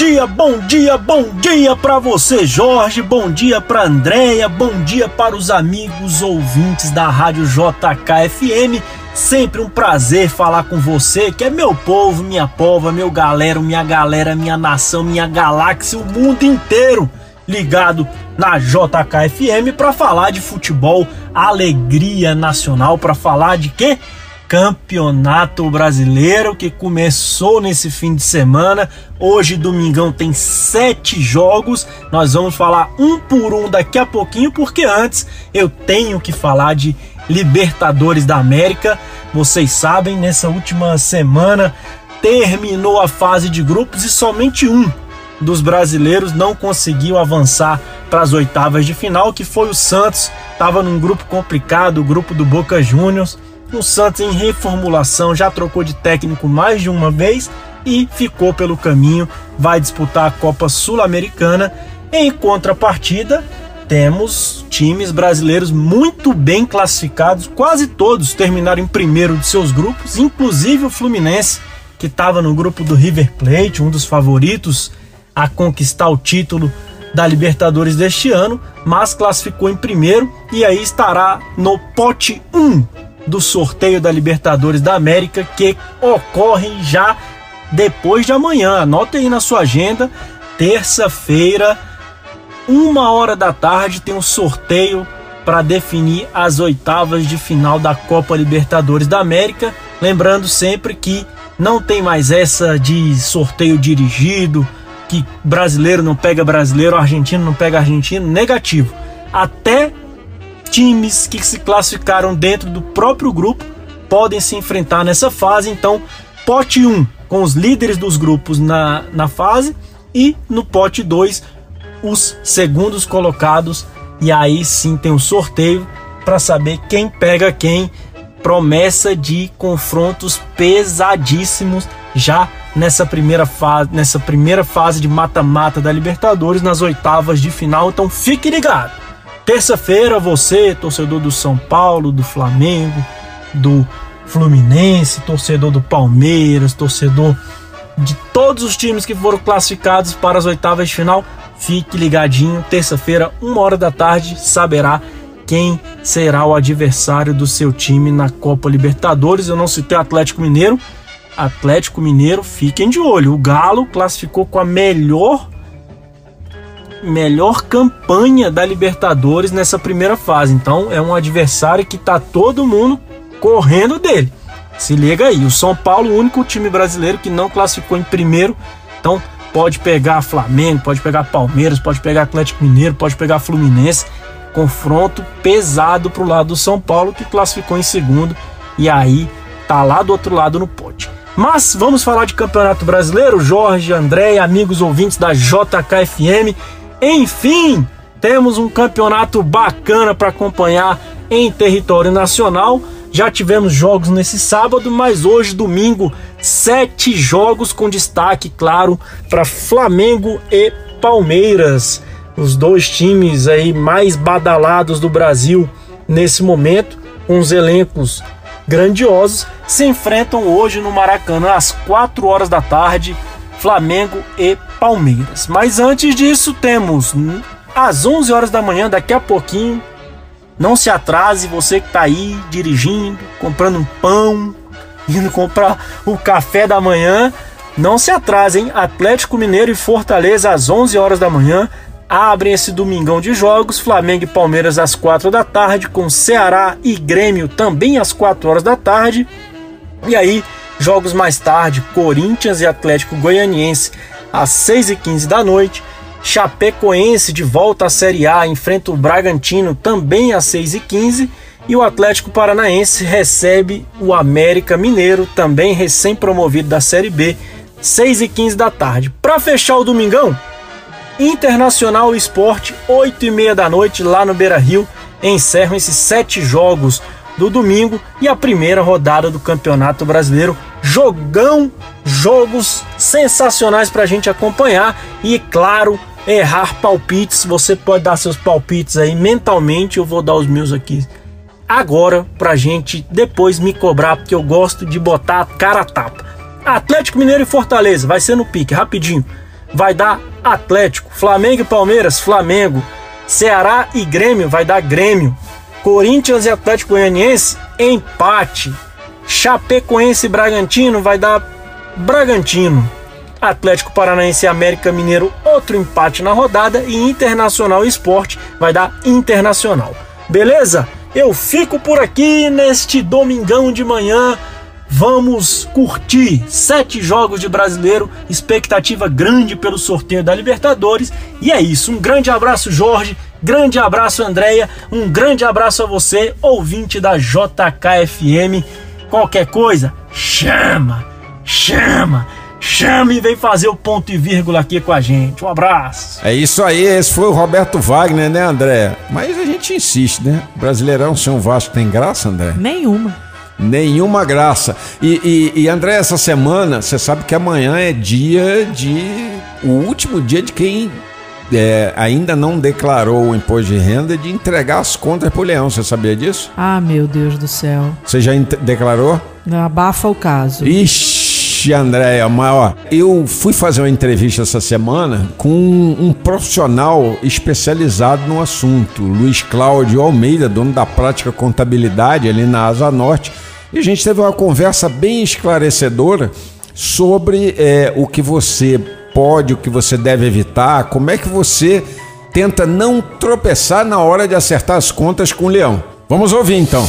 dia pra você, Jorge, bom dia pra Andréia, bom dia para os amigos ouvintes da Rádio JK FM. Sempre um prazer falar com você, que é meu povo, minha pova, minha galera, minha nação, minha galáxia, o mundo inteiro ligado na JK FM para falar de futebol, alegria nacional, para falar de quê? Campeonato Brasileiro, que começou nesse fim de semana. Hoje, domingão, tem 7 jogos. Nós vamos falar um por um daqui a pouquinho, porque antes eu tenho que falar de Libertadores da América. Vocês sabem, nessa última semana terminou a fase de grupos e somente um dos brasileiros não conseguiu avançar para as oitavas de final, que foi o Santos. Estava num grupo complicado, o grupo do Boca Juniors. O Santos, em reformulação, já trocou de técnico mais de uma vez e ficou pelo caminho, vai disputar a Copa Sul-Americana. Em contrapartida, temos times brasileiros muito bem classificados, quase todos terminaram em primeiro de seus grupos, inclusive o Fluminense, que estava no grupo do River Plate, um dos favoritos a conquistar o título da Libertadores deste ano, mas classificou em primeiro e aí estará no pote 1 do sorteio da Libertadores da América, que ocorre já depois de amanhã. Anote aí na sua agenda, terça-feira, 13h, tem um sorteio para definir as oitavas de final da Copa Libertadores da América. Lembrando sempre que não tem mais essa de sorteio dirigido, que brasileiro não pega brasileiro, argentino não pega argentino. Negativo. Até times que se classificaram dentro do próprio grupo podem se enfrentar nessa fase. Então, pote 1 com os líderes dos grupos na fase, e no pote 2 os segundos colocados, e aí sim tem um sorteio para saber quem pega quem. Promessa de confrontos pesadíssimos já nessa primeira fase de mata-mata da Libertadores, nas oitavas de final. Então fique ligado. Terça-feira, você, torcedor do São Paulo, do Flamengo, do Fluminense, torcedor do Palmeiras, torcedor de todos os times que foram classificados para as oitavas de final, fique ligadinho. Terça-feira, 13h, saberá quem será o adversário do seu time na Copa Libertadores. Eu não citei o Atlético Mineiro. Atlético Mineiro, fiquem de olho. O Galo classificou com a melhor campanha da Libertadores nessa primeira fase. Então é um adversário que tá todo mundo correndo dele. Se liga aí. O São Paulo, o único time brasileiro que não classificou em primeiro. Então pode pegar Flamengo, pode pegar Palmeiras, pode pegar Atlético Mineiro, pode pegar Fluminense. Confronto pesado pro lado do São Paulo, que classificou em segundo, e aí tá lá do outro lado no pote. Mas vamos falar de Campeonato Brasileiro. Jorge, André, amigos ouvintes da JKFM. Enfim, temos um campeonato bacana para acompanhar em território nacional. Já tivemos jogos nesse sábado, mas hoje, domingo, 7 jogos com destaque, claro, para Flamengo e Palmeiras. Os dois times aí mais badalados do Brasil nesse momento, com os elencos grandiosos, se enfrentam hoje no Maracanã às 4h, Flamengo e Palmeiras. Mas antes disso, temos às 11h, daqui a pouquinho. Não se atrase, você que tá aí dirigindo, comprando um pão, indo comprar o café da manhã, não se atrase, hein? Atlético Mineiro e Fortaleza às 11h. Abrem esse domingão de jogos. Flamengo e Palmeiras às 4h, com Ceará e Grêmio também às 4h. E aí, jogos mais tarde, Corinthians e Atlético Goianiense às 6h15. Chapecoense de volta à Série A enfrenta o Bragantino também às 6h15. E o Atlético Paranaense recebe o América Mineiro, também recém-promovido da Série B, 6h15. Para fechar o domingão, Internacional e Sport, 8h30 lá no Beira-Rio, encerram esses 7 jogos do domingo e a primeira rodada do Campeonato Brasileiro. Jogos sensacionais pra gente acompanhar e, claro, errar palpites. Você pode dar seus palpites aí mentalmente, eu vou dar os meus aqui agora pra gente depois me cobrar, porque eu gosto de botar a cara a tapa. Atlético Mineiro e Fortaleza, vai ser no pique, rapidinho. Vai dar Atlético. Flamengo e Palmeiras, Flamengo. Ceará e Grêmio, vai dar Grêmio. Corinthians e Atlético Goianiense, empate. Chapecoense e Bragantino, vai dar Bragantino. Atlético Paranaense e América Mineiro, outro empate na rodada. E Internacional e Sport, vai dar Internacional. Beleza? Eu fico por aqui neste domingão de manhã. Vamos curtir 7 jogos de Brasileiro, expectativa grande pelo sorteio da Libertadores. E é isso, um grande abraço, Jorge, grande abraço, Andréia, um grande abraço a você, ouvinte da JKFM. Qualquer coisa, chama e vem fazer o ponto e vírgula aqui com a gente. Um abraço. É isso aí, esse foi o Roberto Wagner, né, André? Mas a gente insiste, né? Brasileirão sem um Vasco tem graça, André? Nenhuma graça. E André, essa semana, você sabe que amanhã é o último dia de quem ainda não declarou o imposto de renda, de entregar as contas pro Leão. Você sabia disso? Ah, meu Deus do céu. Você já declarou? Abafa o caso. Ixi, Andréia, mas ó, eu fui fazer uma entrevista essa semana com um profissional especializado no assunto, Luiz Cláudio Almeida, dono da Prática Contabilidade ali na Asa Norte, e a gente teve uma conversa bem esclarecedora sobre o que você pode, o que você deve evitar? Como é que você tenta não tropeçar na hora de acertar as contas com o leão? Vamos ouvir então.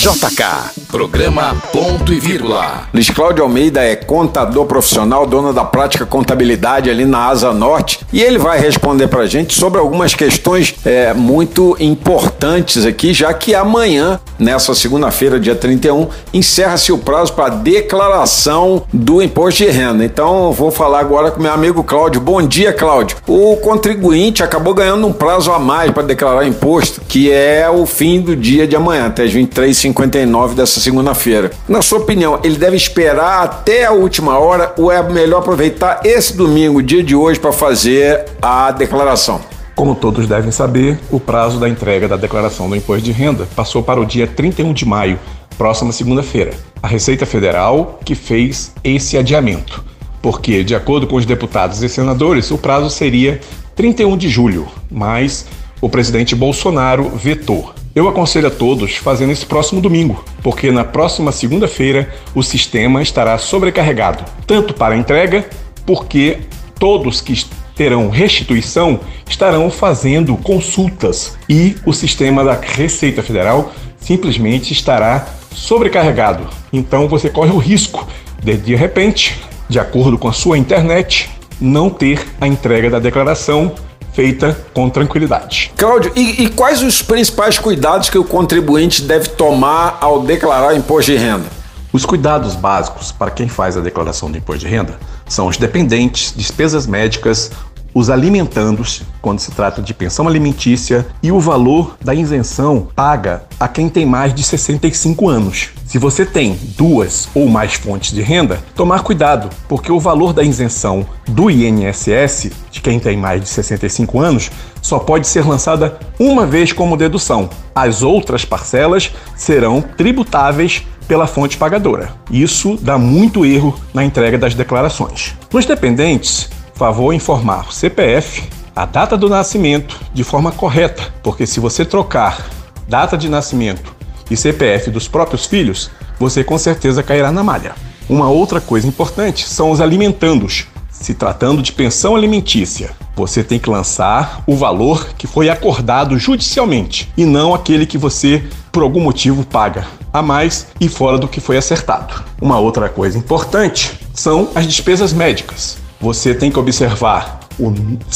JK, programa Ponto e Vírgula. Luiz Cláudio Almeida é contador profissional, dono da Prática Contabilidade ali na Asa Norte, e ele vai responder pra gente sobre algumas questões muito importantes aqui, já que amanhã, nessa segunda-feira, dia 31, encerra-se o prazo para declaração do imposto de renda. Então, eu vou falar agora com meu amigo Cláudio. Bom dia, Cláudio. O contribuinte acabou ganhando um prazo a mais para declarar imposto, que é o fim do dia de amanhã, até as 23h59 dessa segunda-feira. Na sua opinião, ele deve esperar até a última hora ou é melhor aproveitar esse domingo, dia de hoje, para fazer a declaração? Como todos devem saber, o prazo da entrega da declaração do imposto de renda passou para o dia 31 de maio, próxima segunda-feira. A Receita Federal que fez esse adiamento, porque, de acordo com os deputados e senadores, o prazo seria 31 de julho, mas o presidente Bolsonaro vetou. Eu aconselho a todos fazendo esse próximo domingo, porque na próxima segunda-feira o sistema estará sobrecarregado, tanto para a entrega, porque todos que terão restituição estarão fazendo consultas e o sistema da Receita Federal simplesmente estará sobrecarregado. Então você corre o risco de repente, de acordo com a sua internet, não ter a entrega da declaração feita com tranquilidade. Cláudio, e quais os principais cuidados que o contribuinte deve tomar ao declarar imposto de renda? Os cuidados básicos para quem faz a declaração do imposto de renda são os dependentes, despesas médicas, os alimentandos, quando se trata de pensão alimentícia, e o valor da isenção paga a quem tem mais de 65 anos. Se você tem 2 ou mais fontes de renda, tomar cuidado, porque o valor da isenção do INSS, de quem tem mais de 65 anos, só pode ser lançada uma vez como dedução. As outras parcelas serão tributáveis pela fonte pagadora. Isso dá muito erro na entrega das declarações. Nos dependentes, favor informar o CPF, a data do nascimento de forma correta, porque se você trocar data de nascimento e CPF dos próprios filhos, você com certeza cairá na malha. Uma outra coisa importante são os alimentandos. Se tratando de pensão alimentícia, você tem que lançar o valor que foi acordado judicialmente e não aquele que você, por algum motivo, paga a mais e fora do que foi acertado. Uma outra coisa importante são as despesas médicas. Você tem que observar o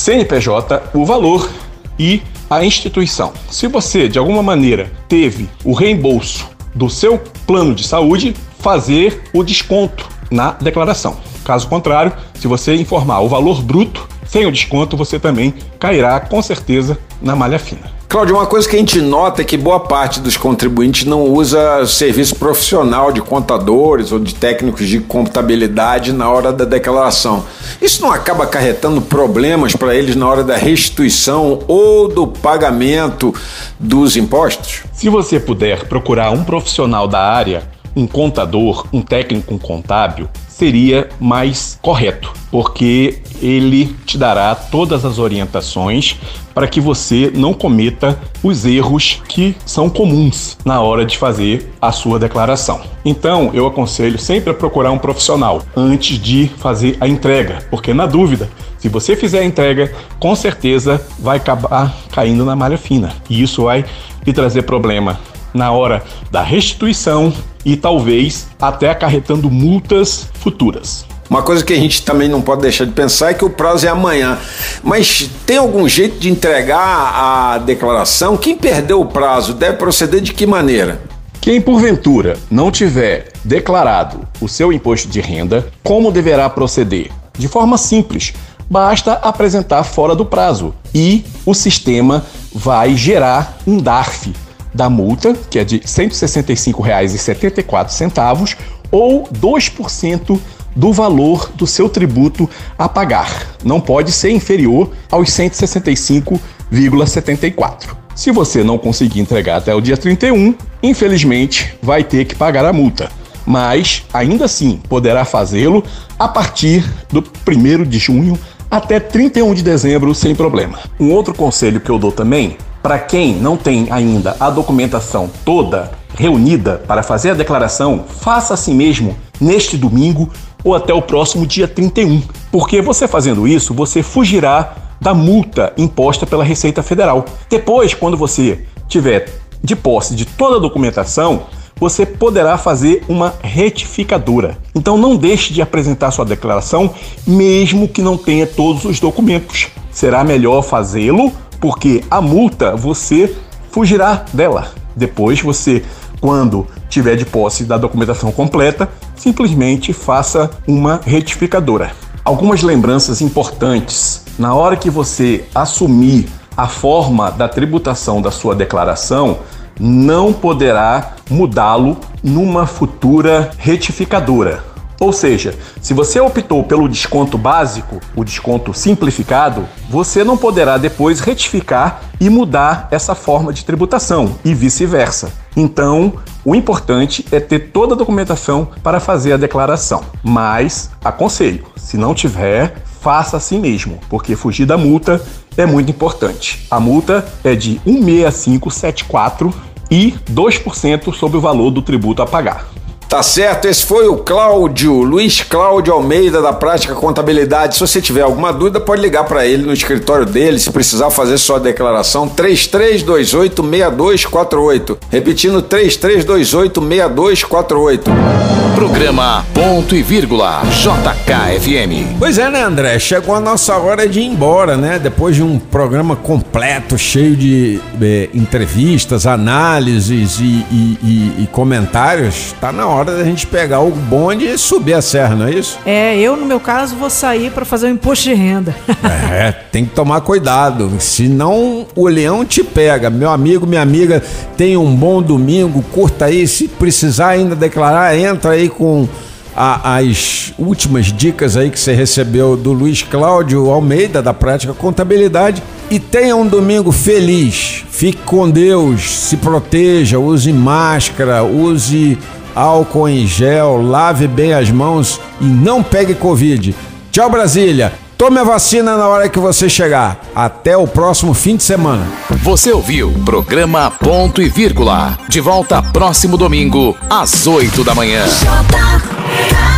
CNPJ, o valor e a instituição. Se você, de alguma maneira, teve o reembolso do seu plano de saúde, fazer o desconto na declaração. Caso contrário, se você informar o valor bruto, sem o desconto, você também cairá, com certeza, na malha fina. Cláudio, uma coisa que a gente nota é que boa parte dos contribuintes não usa serviço profissional de contadores ou de técnicos de contabilidade na hora da declaração. Isso não acaba acarretando problemas para eles na hora da restituição ou do pagamento dos impostos? Se você puder procurar um profissional da área, um contador, um técnico contábil, seria mais correto, porque ele te dará todas as orientações para que você não cometa os erros que são comuns na hora de fazer a sua declaração. Então, eu aconselho sempre a procurar um profissional antes de fazer a entrega, porque na dúvida, se você fizer a entrega, com certeza vai acabar caindo na malha fina, e isso vai lhe trazer problema na hora da restituição e talvez até acarretando multas futuras. Uma coisa que a gente também não pode deixar de pensar é que o prazo é amanhã. Mas tem algum jeito de entregar a declaração? Quem perdeu o prazo deve proceder de que maneira? Quem porventura não tiver declarado o seu imposto de renda, como deverá proceder? De forma simples, basta apresentar fora do prazo e o sistema vai gerar um DARF da multa, que é de R$ 165,74, ou 2% do valor do seu tributo a pagar. Não pode ser inferior aos 165,74. Se você não conseguir entregar até o dia 31, infelizmente vai ter que pagar a multa. Mas, ainda assim, poderá fazê-lo a partir do 1º de junho até 31 de dezembro sem problema. Um outro conselho que eu dou também, para quem não tem ainda a documentação toda reunida para fazer a declaração, faça assim mesmo neste domingo ou até o próximo dia 31. Porque você fazendo isso, você fugirá da multa imposta pela Receita Federal. Depois, quando você tiver de posse de toda a documentação, você poderá fazer uma retificadora. Então não deixe de apresentar sua declaração, mesmo que não tenha todos os documentos. Será melhor fazê-lo, porque a multa você fugirá dela. Depois você, quando tiver de posse da documentação completa, simplesmente faça uma retificadora. Algumas lembranças importantes. Na hora que você assumir a forma da tributação da sua declaração, não poderá mudá-lo numa futura retificadora. Ou seja, se você optou pelo desconto básico, o desconto simplificado, você não poderá depois retificar e mudar essa forma de tributação e vice-versa. Então, o importante é ter toda a documentação para fazer a declaração. Mas, aconselho, se não tiver, faça assim mesmo, porque fugir da multa é muito importante. A multa é de 16574 e 2% sobre o valor do tributo a pagar. Tá certo, esse foi o Luiz Cláudio Almeida da Prática Contabilidade. Se você tiver alguma dúvida, pode ligar para ele no escritório dele, se precisar fazer sua declaração, 3328-6248. Repetindo, 3328-6248. Programa Ponto e Vírgula, JKFM. Pois é, né, André? Chegou a nossa hora de ir embora, né? Depois de um programa completo, cheio de entrevistas, análises e comentários, tá na hora da gente pegar o bonde e subir a serra, não é isso? Eu, no meu caso, vou sair para fazer um imposto de renda. Tem que tomar cuidado, senão o leão te pega. Meu amigo, minha amiga, tenha um bom domingo, curta aí, se precisar ainda declarar, entra aí com as últimas dicas aí que você recebeu do Luiz Cláudio Almeida, da Prática Contabilidade, e tenha um domingo feliz. Fique com Deus, se proteja, use máscara, use álcool em gel, lave bem as mãos e não pegue Covid. Tchau, Brasília. Tome a vacina na hora que você chegar. Até o próximo fim de semana. Você ouviu Programa Ponto e Vírgula. De volta próximo domingo, às 8 da manhã.